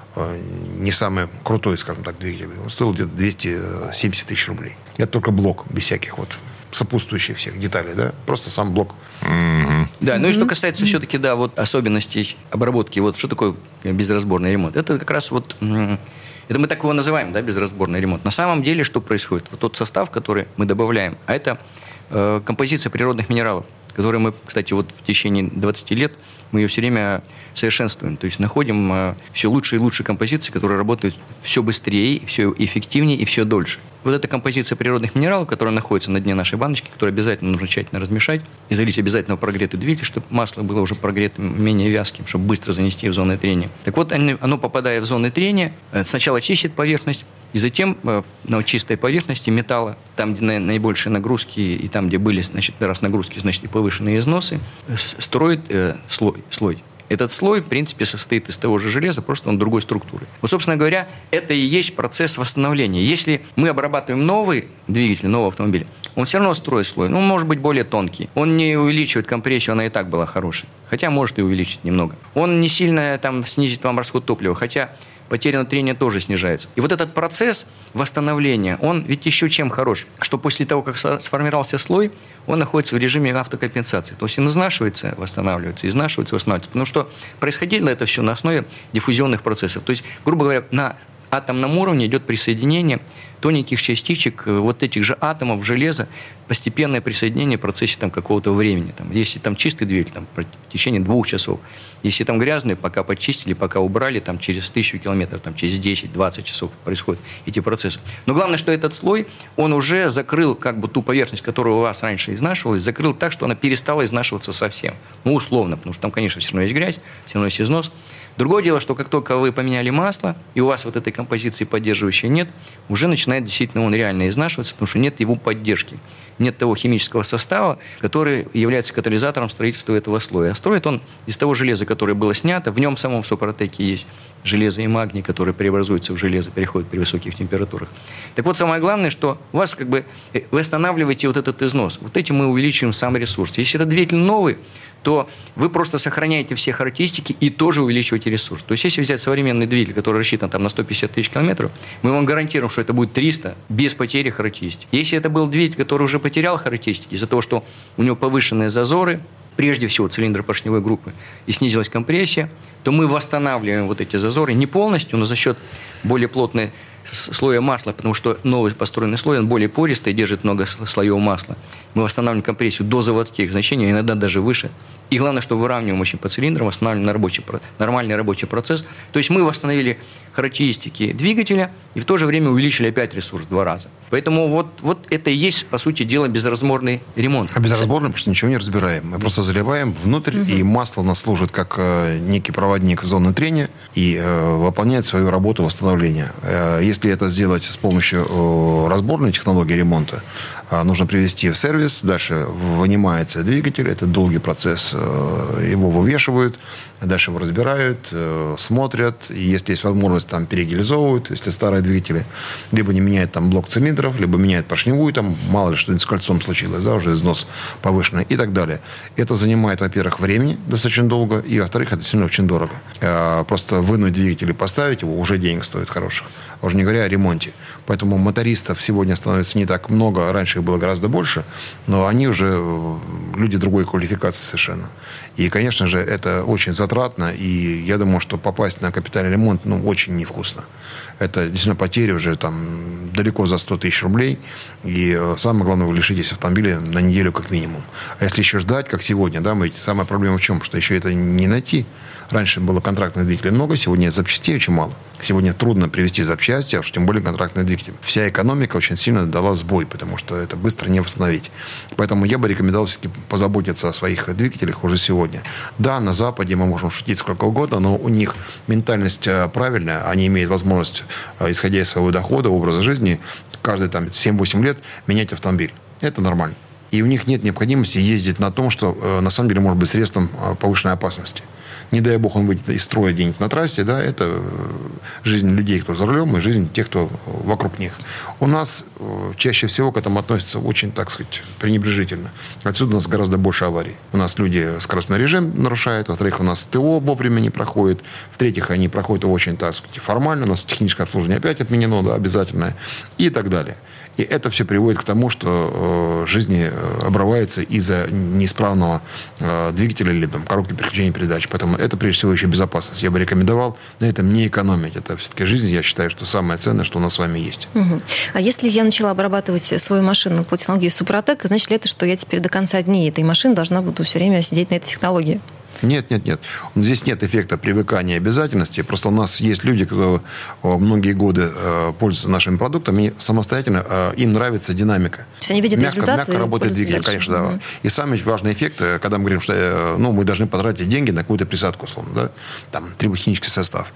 не самый крутой, скажем так, двигатель. Он стоил где-то двести семьдесят тысяч рублей. Это только блок, без всяких вот сопутствующих всех деталей, да? Просто сам блок. Mm-hmm. Да, ну и что касается mm-hmm. все-таки, да, вот особенностей обработки, вот что такое безразборный ремонт? Это как раз вот, это мы так его называем, да, безразборный ремонт. На самом деле, что происходит? Вот тот состав, который мы добавляем, а это э, композиция природных минералов, которые мы, кстати, вот в течение двадцати лет мы ее все время совершенствуем. То есть находим э, все лучшие и лучшие композиции, которые работают все быстрее, все эффективнее и все дольше. Вот эта композиция природных минералов, которая находится на дне нашей баночки, которую обязательно нужно тщательно размешать и залить обязательно в прогретый двигатель, чтобы масло было уже прогретым, менее вязким, чтобы быстро занести в зоны трения. Так вот, оно, попадая в зоны трения, сначала чистит поверхность, и затем на чистой поверхности металла, там, где наибольшие нагрузки, и там, где были, значит, раз нагрузки, значит, и повышенные износы, строит э, слой, слой. Этот слой, в принципе, состоит из того же железа, просто он другой структуры. Вот, собственно говоря, это и есть процесс восстановления. Если мы обрабатываем новый двигатель, новый автомобиль, он все равно строит слой. Ну, может быть, более тонкий. Он не увеличивает компрессию, она и так была хорошей. Хотя может и увеличить немного. Он не сильно там снизит вам расход топлива, хотя потеря на трение тоже снижается. И вот этот процесс восстановления, он ведь еще чем хорош? Что после того, как сформировался слой, он находится в режиме автокомпенсации. То есть он изнашивается, восстанавливается, изнашивается, восстанавливается. Потому что происходило это все на основе диффузионных процессов. То есть, грубо говоря, на атомном уровне идет присоединение тоненьких частичек вот этих же атомов железа, постепенное присоединение в процессе там, какого-то времени. Там, если там чистый двигатель, там, в течение двух часов. Если там грязный, пока почистили, пока убрали, там, через тысячу километров, там, через десять-двадцать часов происходят эти процессы. Но главное, что этот слой, он уже закрыл как бы ту поверхность, которая у вас раньше изнашивалась, закрыл так, что она перестала изнашиваться совсем. Ну, условно, потому что там, конечно, все равно есть грязь, все равно есть износ. Другое дело, что как только вы поменяли масло, и у вас вот этой композиции поддерживающей нет, уже начинает действительно он реально изнашиваться, потому что нет его поддержки. Нет того химического состава, который является катализатором строительства этого слоя. А строит он из того железа, которое было снято. В нем самом в Супротеке есть железо и магний, которые преобразуются в железо, переходят при высоких температурах. Так вот, самое главное, что у вас как бы вы останавливаете вот этот износ. Вот этим мы увеличиваем сам ресурс. Если этот двигатель новый, то вы просто сохраняете все характеристики и тоже увеличиваете ресурс. То есть, если взять современный двигатель, который рассчитан там, на сто пятьдесят тысяч километров, мы вам гарантируем, что это будет триста без потери характеристик. Если это был двигатель, который уже потерял характеристики из-за того, что у него повышенные зазоры, прежде всего цилиндропоршневой группы, и снизилась компрессия, то мы восстанавливаем вот эти зазоры не полностью, но за счет более плотной слоя масла, потому что новый построенный слой, он более пористый, держит много слоев масла. Мы восстанавливаем компрессию до заводских значений, иногда даже выше. И главное, что выравниваем очень по цилиндрам, восстанавливаем рабочий, нормальный рабочий процесс. То есть мы восстановили характеристики двигателя и в то же время увеличили опять ресурс в два раза. Поэтому вот, вот это и есть, по сути дела, безразборный ремонт. А безразборный, потому что ничего не разбираем. Мы просто заливаем внутрь, угу. и масло у нас служит как э, некий проводник в зону трения и э, выполняет свою работу восстановления. Э, если это сделать с помощью э, разборной технологии ремонта, нужно привести в сервис, дальше вынимается двигатель, это долгий процесс, его вывешивают, дальше его разбирают, смотрят, и если есть возможность, там перегилизовывают, если старые двигатели, либо не меняют там блок цилиндров, либо меняют поршневую, там мало ли что-нибудь с кольцом случилось, да, уже износ повышенный и так далее. Это занимает, во-первых, времени достаточно долго, и, во-вторых, это сильно очень дорого. Просто вынуть двигатель и поставить его уже денег стоит хороших. Уже не говоря о ремонте. Поэтому мотористов сегодня становится не так много. Раньше их было гораздо больше. Но они уже люди другой квалификации совершенно. И, конечно же, это очень затратно. И я думаю, что попасть на капитальный ремонт ну, очень невкусно. Это действительно потери уже там, далеко за сто тысяч рублей. И самое главное, вы лишитесь автомобиля на неделю как минимум. А если еще ждать, как сегодня, да, мы, самая проблема в чем? Что еще это не найти. Раньше было контрактных двигателей много, сегодня запчастей очень мало. Сегодня трудно привезти запчасти, а уж тем более контрактные двигатели. Вся экономика очень сильно дала сбой, потому что это быстро не восстановить. Поэтому я бы рекомендовал все-таки позаботиться о своих двигателях уже сегодня. Да, на Западе мы можем шутить сколько угодно, но у них ментальность правильная. Они имеют возможность, исходя из своего дохода, образа жизни, каждые там, семь-восемь лет менять автомобиль. Это нормально. И у них нет необходимости ездить на том, что на самом деле может быть средством повышенной опасности. Не дай бог он выйдет из строя где-нибудь на трассе, да, это жизнь людей, кто за рулем, и жизнь тех, кто вокруг них. У нас чаще всего к этому относятся очень, так сказать, пренебрежительно. Отсюда у нас гораздо больше аварий. У нас люди скоростной режим нарушают, во-вторых, у нас ТО вовремя не проходит, в-третьих, они проходят очень, так сказать, формально, у нас техническое обслуживание опять отменено, да, обязательное, и так далее. И это все приводит к тому, что э, жизни обрываются из-за неисправного э, двигателя или там, коробки переключения передач. Поэтому это, прежде всего, еще безопасность. Я бы рекомендовал на этом не экономить. Это все-таки жизнь, я считаю, что самое ценное, что у нас с вами есть. Угу. А если я начала обрабатывать свою машину по технологии Супротек, значит ли это, что я теперь до конца дней этой машины должна буду все время сидеть на этой технологии? Нет, нет, нет. Здесь нет эффекта привыкания и обязательности. Просто у нас есть люди, кто многие годы э, пользуются нашими продуктами, и самостоятельно э, им нравится динамика. То есть они видят мягко, результат мягко работает двигатель, конечно, да. Mm-hmm. И самый важный эффект, когда мы говорим, что э, ну, мы должны потратить деньги на какую-то присадку, условно, да, там, триботехнический состав.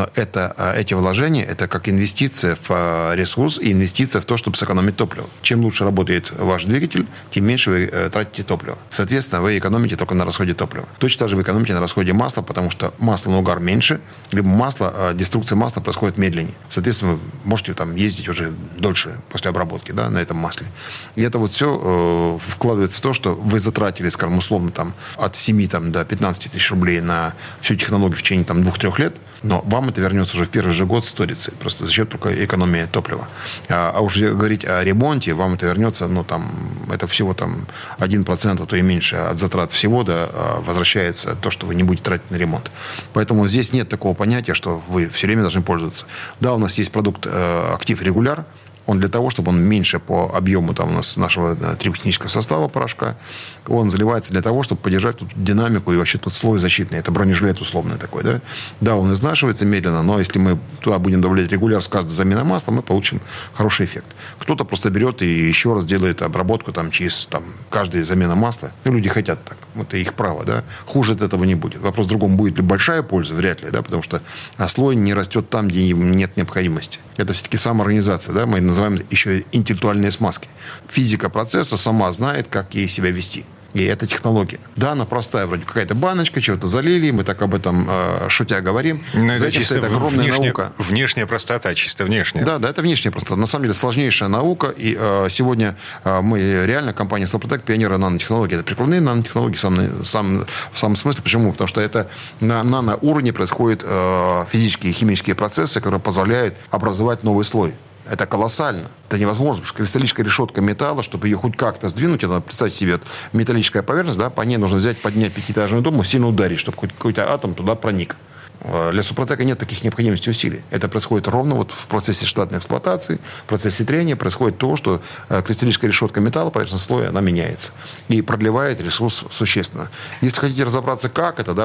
Это, эти вложения, это как инвестиция в ресурс и инвестиция в то, чтобы сэкономить топливо. Чем лучше работает ваш двигатель, тем меньше вы э, тратите топливо. Соответственно, вы экономите только на расходе топлива. Точно так же вы экономите на расходе масла, потому что масло на угар меньше, либо масло, деструкция масла происходит медленнее. Соответственно, вы можете там ездить уже дольше после обработки, да, на этом масле. И это вот все э, вкладывается в то, что вы затратили, скажем, условно, там, от семи там, до пятнадцати тысяч рублей на всю технологию в течение там, двух-трех лет, но вам это вернется уже в первый же год сторицей, просто за счет только экономии топлива. А, а уже говорить о ремонте, вам это вернется, ну, там, это всего там один процент, а то и меньше от затрат всего, да, возвращается то, что вы не будете тратить на ремонт. Поэтому здесь нет такого понятия, что вы все время должны пользоваться. Да, у нас есть продукт э, «Актив Регуляр». Он для того, чтобы он меньше по объему там, у нас нашего триботехнического состава порошка, он заливается для того, чтобы поддержать тут динамику и вообще тут слой защитный. Это бронежилет условный такой, да? Да, он изнашивается медленно, но если мы туда будем добавлять регуляр с каждой заменой масла, мы получим хороший эффект. Кто-то просто берет и еще раз делает обработку там, через там, каждую замену масла. Ну, люди хотят так. Это их право, да? Хуже от этого не будет. Вопрос в другом, будет ли большая польза? Вряд ли, да? Потому что слой не растет там, где нет необходимости. Это все-таки самоорганизация, да? Мы называем еще интеллектуальные смазки. Физика процесса сама знает, как ей себя вести. И это технология. Да, она простая, вроде какая-то баночка, чего-то залили, мы так об этом э, шутя говорим. Но это чисто огромная внешняя, наука. Внешняя простота, чисто внешняя. Да, да, это внешняя простота. На самом деле сложнейшая наука. И э, сегодня э, мы реально, компания Супротек, пионеры нанотехнологий. Это прикладные нанотехнологии сам, сам, в самом смысле. Почему? Потому что это на наноуровне происходят э, физические и химические процессы, которые позволяют образовать новый слой. Это колоссально. Это невозможно, потому что кристаллическая решетка металла, чтобы ее хоть как-то сдвинуть, это, представьте себе, металлическая поверхность, да, по ней нужно взять, поднять пятиэтажный дом и сильно ударить, чтобы хоть какой-то атом туда проник. Для Супротека нет таких необходимостей усилий. Это происходит ровно вот в процессе штатной эксплуатации, в процессе трения происходит то, что кристаллическая решетка металла, поверхностного слоя, она меняется. И продлевает ресурс существенно. Если хотите разобраться, как это, да, вот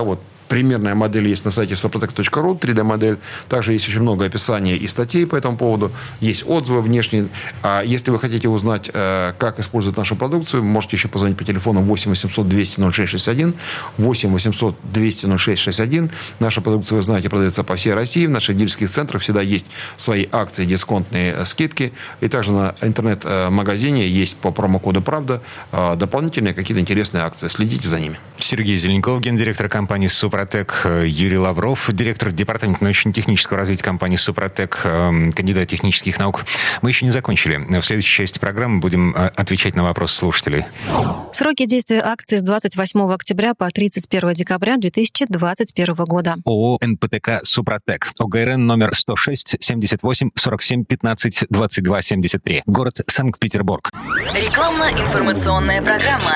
примерная модель есть на сайте супротек точка ру, три дэ-модель. Также есть очень много описаний и статей по этому поводу. Есть отзывы внешние. А если вы хотите узнать, как использовать нашу продукцию, можете еще позвонить по телефону восемь восемьсот двести ноль шесть шестьдесят один. восемь восемьсот двести ноль шесть шестьдесят один. Наша продукция, вы знаете, продается по всей России. В наших дилерских центрах всегда есть свои акции, дисконтные скидки. И также на интернет-магазине есть по промокоду «Правда» дополнительные какие-то интересные акции. Следите за ними. Сергей Зеленков, гендиректор компании «Супротек», Юрий Лавров, директор департамента научно-технического развития компании «Супротек», кандидат технических наук. Мы еще не закончили. В следующей части программы будем отвечать на вопросы слушателей. Сроки действия акции с двадцать восьмого октября по тридцать первого декабря две тысячи двадцать первого года. ООО «эн пэ тэ ка «Супротек». о гэ эр эн номер сто шесть семьдесят восемь сорок семь пятнадцать двадцать два семьдесят три. Город Санкт-Петербург. Рекламно-информационная программа.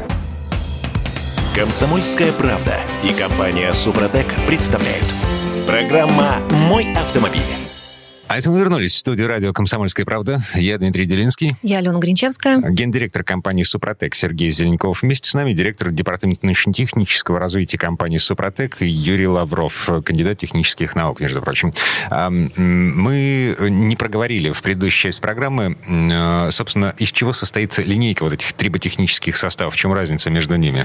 «Комсомольская правда» и компания «Супротек» представляют. Программа «Мой автомобиль». А это мы вернулись в студию радио «Комсомольская правда». Я Дмитрий Делинский. Я Алена Гринчевская. Гендиректор компании «Супротек» Сергей Зеленков. Вместе с нами директор департамента научно-технического развития компании «Супротек» Юрий Лавров, кандидат технических наук, между прочим. Мы не проговорили в предыдущей части программы, собственно, из чего состоит линейка вот этих триботехнических составов. В чем разница между ними?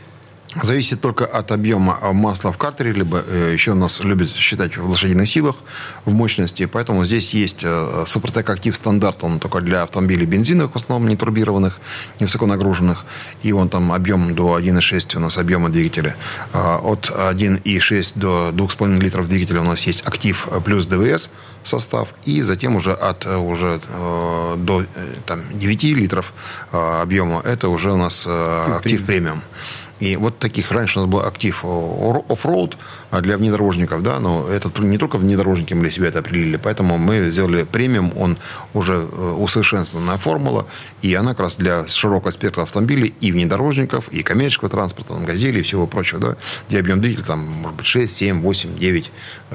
Зависит только от объема масла в картере, либо э, еще нас любят считать в лошадиных силах, в мощности. Поэтому здесь есть э, Супротек Актив стандарт, он только для автомобилей бензиновых, в основном не турбированных, не высоконагруженных. И он там объем до один и шесть у нас объема двигателя. Э, от один и шесть до два с половиной литров двигателя у нас есть Актив плюс дэ вэ эс состав. И затем уже от уже, э, до э, там, девяти литров э, объема это уже у нас э, Актив премиум. И вот таких раньше у нас был Актив оффроуд для внедорожников, да, но это не только внедорожники мы для себя это определили, поэтому мы сделали премиум, он уже усовершенствованная формула, и она как раз для широкого спектра автомобилей и внедорожников, и коммерческого транспорта, там, газели и всего прочего, да, где объем двигателя там может быть шесть, семь, восемь, девять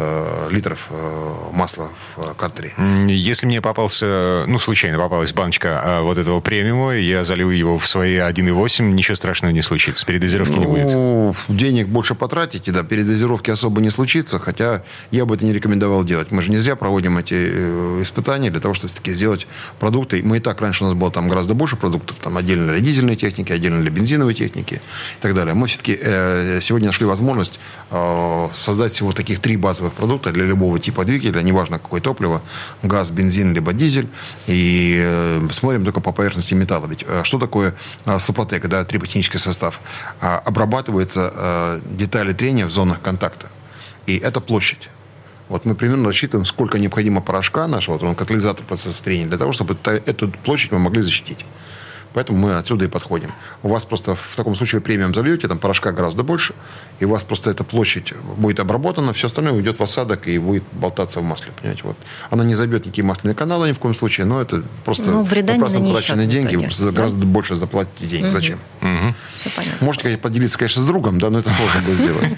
э, литров э, масла в картере. Если мне попался, ну, случайно попалась баночка э, вот этого премиума, я залил его в свои один и восемь, ничего страшного не случится, передозировки ну, не будет. Денег больше потратите, да, передозировки особо не случится, хотя я бы это не рекомендовал делать. Мы же не зря проводим эти э, испытания для того, чтобы все-таки сделать продукты. Мы и так, раньше у нас было там гораздо больше продуктов, там отдельно для дизельной техники, отдельно для бензиновой техники и так далее. Мы все-таки э, сегодня нашли возможность э, создать всего таких три базовых продукта для любого типа двигателя, неважно какое топливо, газ, бензин, либо дизель, и э, смотрим только по поверхности металла. Ведь э, что такое э, Супротек, да, триботехнический состав? Э, обрабатываются э, детали трения в зонах контакта. И это площадь. Вот мы примерно рассчитываем, сколько необходимо порошка нашего, вот он катализатор процесса трения, для того, чтобы эту площадь мы могли защитить. Поэтому мы отсюда и подходим. У вас просто в таком случае премиум зальете, там порошка гораздо больше, и у вас просто эта площадь будет обработана, все остальное уйдет в осадок и будет болтаться в масле. Понимаете? Вот. Она не забьет никакие масляные каналы ни в коем случае, но это просто ну, напрасно потраченные деньги, вы просто да? гораздо больше заплатите денег. Угу. Зачем? Угу. Все понятно. Можете, конечно, поделиться, конечно, с другом, да, но это сложно будет сделать.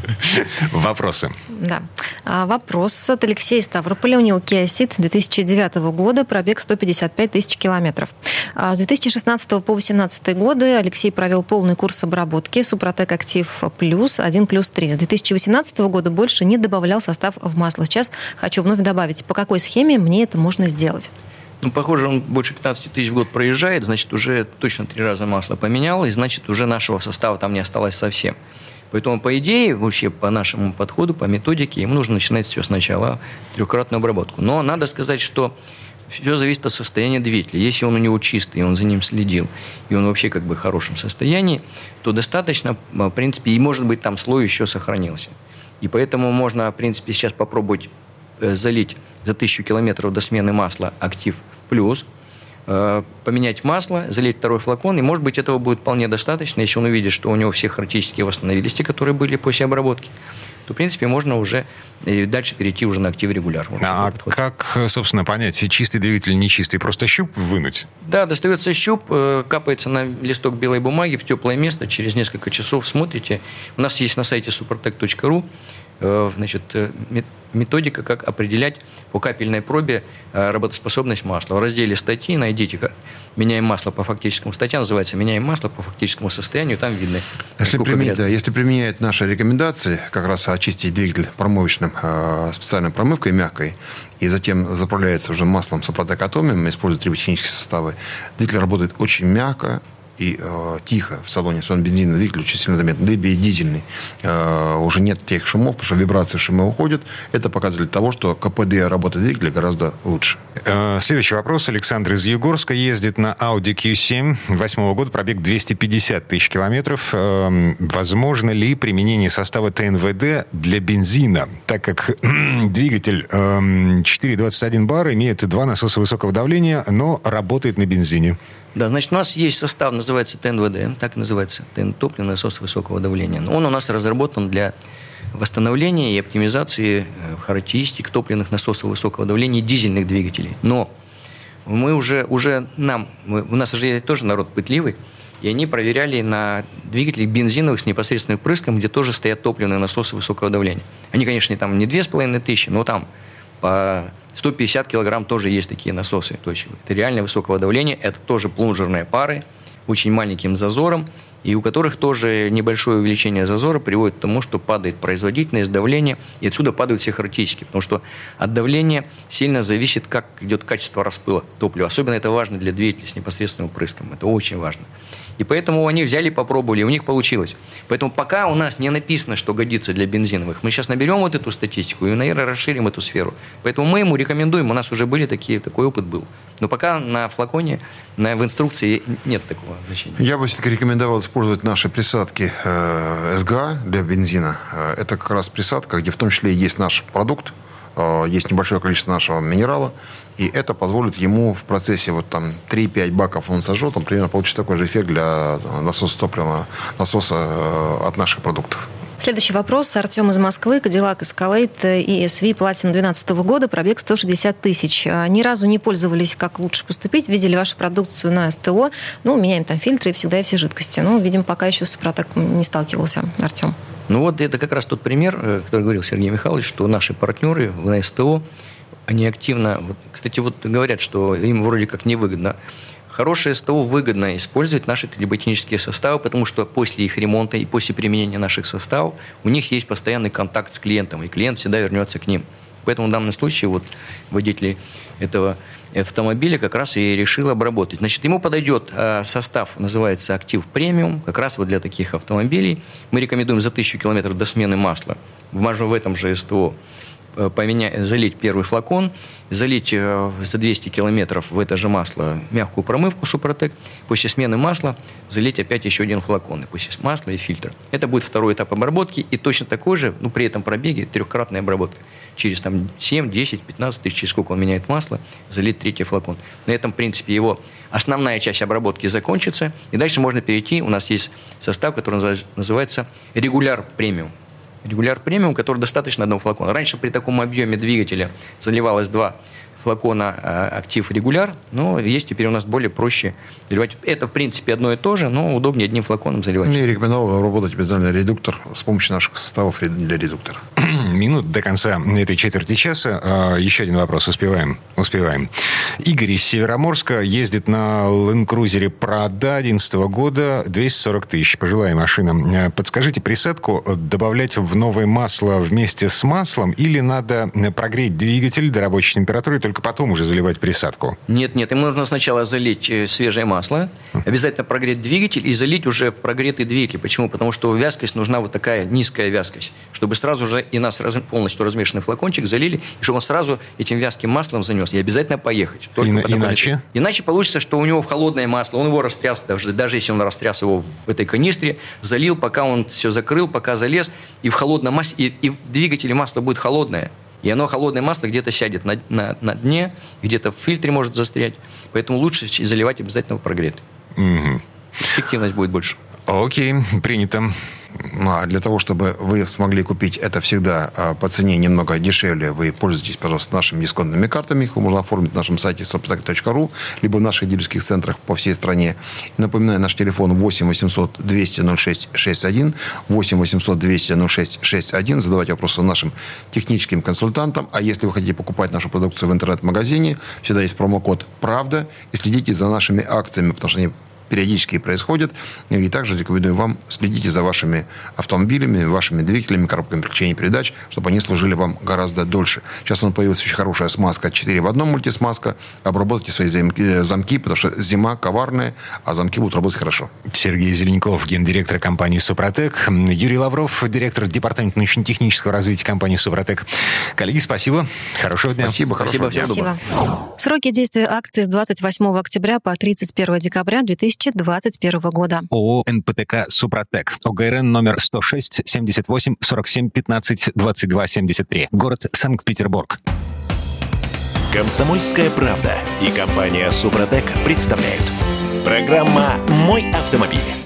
Вопросы. Да. А вопрос от Алексея Ставрополя. У него Kia Ceed две тысячи девятого года, пробег сто пятьдесят пять тысяч километров. А с две тысячи шестнадцатого по две тысячи восемнадцатый годы Алексей провел полный курс обработки Супротек Актив Плюс один плюс три. С две тысячи восемнадцатого года больше не добавлял состав в масло. Сейчас хочу вновь добавить, по какой схеме мне это можно сделать. Ну, похоже, он больше пятнадцать тысяч в год проезжает, значит, уже точно три раза масло поменял, и значит, уже нашего состава там не осталось совсем. Поэтому, по идее, вообще по нашему подходу, по методике, ему нужно начинать все сначала, трехкратную обработку. Но надо сказать, что все зависит от состояния двигателя. Если он у него чистый, и он за ним следил, и он вообще как бы в хорошем состоянии, то достаточно, в принципе, и может быть там слой еще сохранился. И поэтому можно, в принципе, сейчас попробовать залить за тысячу километров до смены масла Актив Плюс, поменять масло, залить второй флакон, и, может быть, этого будет вполне достаточно, если он увидит, что у него все характеристики восстановились, те, которые были после обработки, то, в принципе, можно уже и дальше перейти уже на Актив Регуляр. А как, собственно, понять, чистый двигатель, нечистый? Просто щуп вынуть? Да, достается щуп, капается на листок белой бумаги в теплое место, через несколько часов смотрите. У нас есть на сайте супротек точка ру значит, методика, как определять по капельной пробе работоспособность масла. В разделе статьи найдите, как меняем масло по фактическому. Статья называется «Меняем масло по фактическому состоянию». Там видно. Если, применять, да, если применять наши рекомендации, как раз очистить двигатель промывочным э, специальной промывкой мягкой, и затем заправляется уже маслом Супротек Атомиум, используя триботехнические составы, двигатель работает очень мягко и э, тихо в салоне. Сон бензинный двигатель очень сильно заметно. Да и дизельный. Э, уже нет тех шумов, потому что вибрации, шумы уходят. Это показатель того, что КПД работы двигателя гораздо лучше. Э, следующий вопрос. Александр из Югорска ездит на Audi кью семь восьмого года, пробег двести пятьдесят тысяч километров. Э, возможно ли применение состава ТНВД для бензина, так как двигатель э, четыре двадцать один бар имеет два насоса высокого давления, но работает на бензине? Да, значит, у нас есть состав, называется ТНВД, так и называется, топливный насос высокого давления. Он у нас разработан для восстановления и оптимизации характеристик топливных насосов высокого давления дизельных двигателей. Но мы уже, уже нам, мы, у нас же тоже народ пытливый, и они проверяли на двигателях бензиновых с непосредственным впрыском, где тоже стоят топливные насосы высокого давления. Они, конечно, там не две с половиной тысячи, но там по сто пятьдесят килограмм тоже есть такие насосы. То есть это реально высокого давления. Это тоже плунжерные пары, очень маленьким зазором, и у которых тоже небольшое увеличение зазора приводит к тому, что падает производительность, давление, и отсюда падают все характеристики. Потому что от давления сильно зависит, как идет качество распыла топлива. Особенно это важно для двигателей с непосредственным впрыском. Это очень важно. И поэтому они взяли, попробовали, и у них получилось. Поэтому пока у нас не написано, что годится для бензиновых, мы сейчас наберем вот эту статистику и, наверное, расширим эту сферу. Поэтому мы ему рекомендуем, у нас уже были такие, такой опыт был. Но пока на флаконе, на, в инструкции нет такого значения. Я бы все-таки рекомендовал использовать наши присадки э, СГА для бензина. Э, это как раз присадка, где в том числе есть наш продукт, э, есть небольшое количество нашего минерала, и это позволит ему в процессе вот там три-пять баков он сожжет, он примерно получит такой же эффект для насоса топлива, насоса э, от наших продуктов. Следующий вопрос. Артем из Москвы. Cadillac Escalade и эс ви Platinum две тысячи двенадцатого года. Пробег сто шестьдесят тысяч. Ни разу не пользовались, как лучше поступить. Видели вашу продукцию на СТО. Ну, меняем там фильтры и всегда и все жидкости. Ну, видимо, пока еще с Супротек не сталкивался. Артем. Ну, вот это как раз тот пример, который говорил Сергей Михайлович, что наши партнеры на СТО, они активно... Вот, кстати, вот говорят, что им вроде как невыгодно. Хорошее СТО выгодно использовать наши триботехнические составы, потому что после их ремонта и после применения наших составов у них есть постоянный контакт с клиентом, и клиент всегда вернется к ним. Поэтому в данном случае вот водитель этого автомобиля как раз и решил обработать. Значит, ему подойдет э, состав, называется «Актив Премиум», как раз вот для таких автомобилей. Мы рекомендуем за тысячу километров до смены масла в, в этом же СТО поменять, залить первый флакон, залить э, за двести километров в это же масло мягкую промывку Супротек, после смены масла залить опять еще один флакон, и после масла и фильтр. Это будет второй этап обработки, и точно такой же, ну, при этом пробеге, трехкратная обработка. Через там, семь, десять, пятнадцать тысяч, через сколько он меняет масло, залить третий флакон. На этом, в принципе, его основная часть обработки закончится, и дальше можно перейти, у нас есть состав, который называется «Регуляр Премиум». Регуляр премиум, который достаточно одного флакона. Раньше при таком объеме двигателя заливалось два флакона э, актив регуляр, но есть теперь у нас более проще заливать. Это, в принципе, одно и то же, но удобнее одним флаконом заливать. Мне рекомендовал работать специальный редуктор с помощью наших составов для редуктора. Минут до конца этой четверти часа. Еще один вопрос. Успеваем? Успеваем. Игорь из Североморска ездит на Land Cruiser Prado две тысячи одиннадцатого года, двести сорок тысяч. Пожилая машина. Подскажите, присадку добавлять в новое масло вместе с маслом или надо прогреть двигатель до рабочей температуры и только потом уже заливать присадку? Нет, нет. Им нужно сначала залить свежее масло, обязательно прогреть двигатель и залить уже в прогретый двигатель. Почему? Потому что вязкость нужна вот такая низкая вязкость, чтобы сразу же и нас полностью размешанный флакончик залили, и чтобы он сразу этим вязким маслом занес. И обязательно поехать. И, иначе? Иначе получится, что у него в холодное масло, он его растряс, даже, даже если он растряс его в этой канистре, залил, пока он все закрыл, пока залез, и в холодном масле, и, и в двигателе масло будет холодное. И оно, холодное масло, где-то сядет на, на, на дне, где-то в фильтре может застрять. Поэтому лучше заливать обязательно в прогретый. Угу. Эффективность будет больше. Окей, принято. А для того, чтобы вы смогли купить это всегда по цене немного дешевле, вы пользуйтесь, пожалуйста, нашими дисконтными картами. Их можно оформить на нашем сайте супротек точка ру, либо в наших дилерских центрах по всей стране. И напоминаю, наш телефон восемь восемьсот двести ноль шесть шестьдесят один, восемь восемьсот двести ноль шесть шестьдесят один. Задавайте вопросы нашим техническим консультантам. А если вы хотите покупать нашу продукцию в интернет-магазине, всегда есть промокод «Правда». И следите за нашими акциями, потому что они периодически происходят. И также рекомендую вам следите за вашими автомобилями, вашими двигателями, коробками переключения передач, чтобы они служили вам гораздо дольше. Сейчас у нас появилась очень хорошая смазка четыре в одном мультисмазка. Обработайте свои замки, потому что зима коварная, а замки будут работать хорошо. Сергей Зеленков, гендиректор компании «Супротек». Юрий Лавров, директор департамента научно-технического развития компании «Супротек». Коллеги, спасибо. Хорошего дня. Спасибо. Хорошего дня. Спасибо. Сроки действия акции с двадцать восьмого октября по тридцать первого декабря две тысячи двадцать первого года. ООО «эн пэ тэ ка «Супротек». о гэ эр эн номер сто шесть семьдесят восемь сорок семь пятнадцать двадцать два семьдесят три. Город Санкт-Петербург. «Комсомольская правда» и компания «Супротек» представляют. Программа «Мой автомобиль».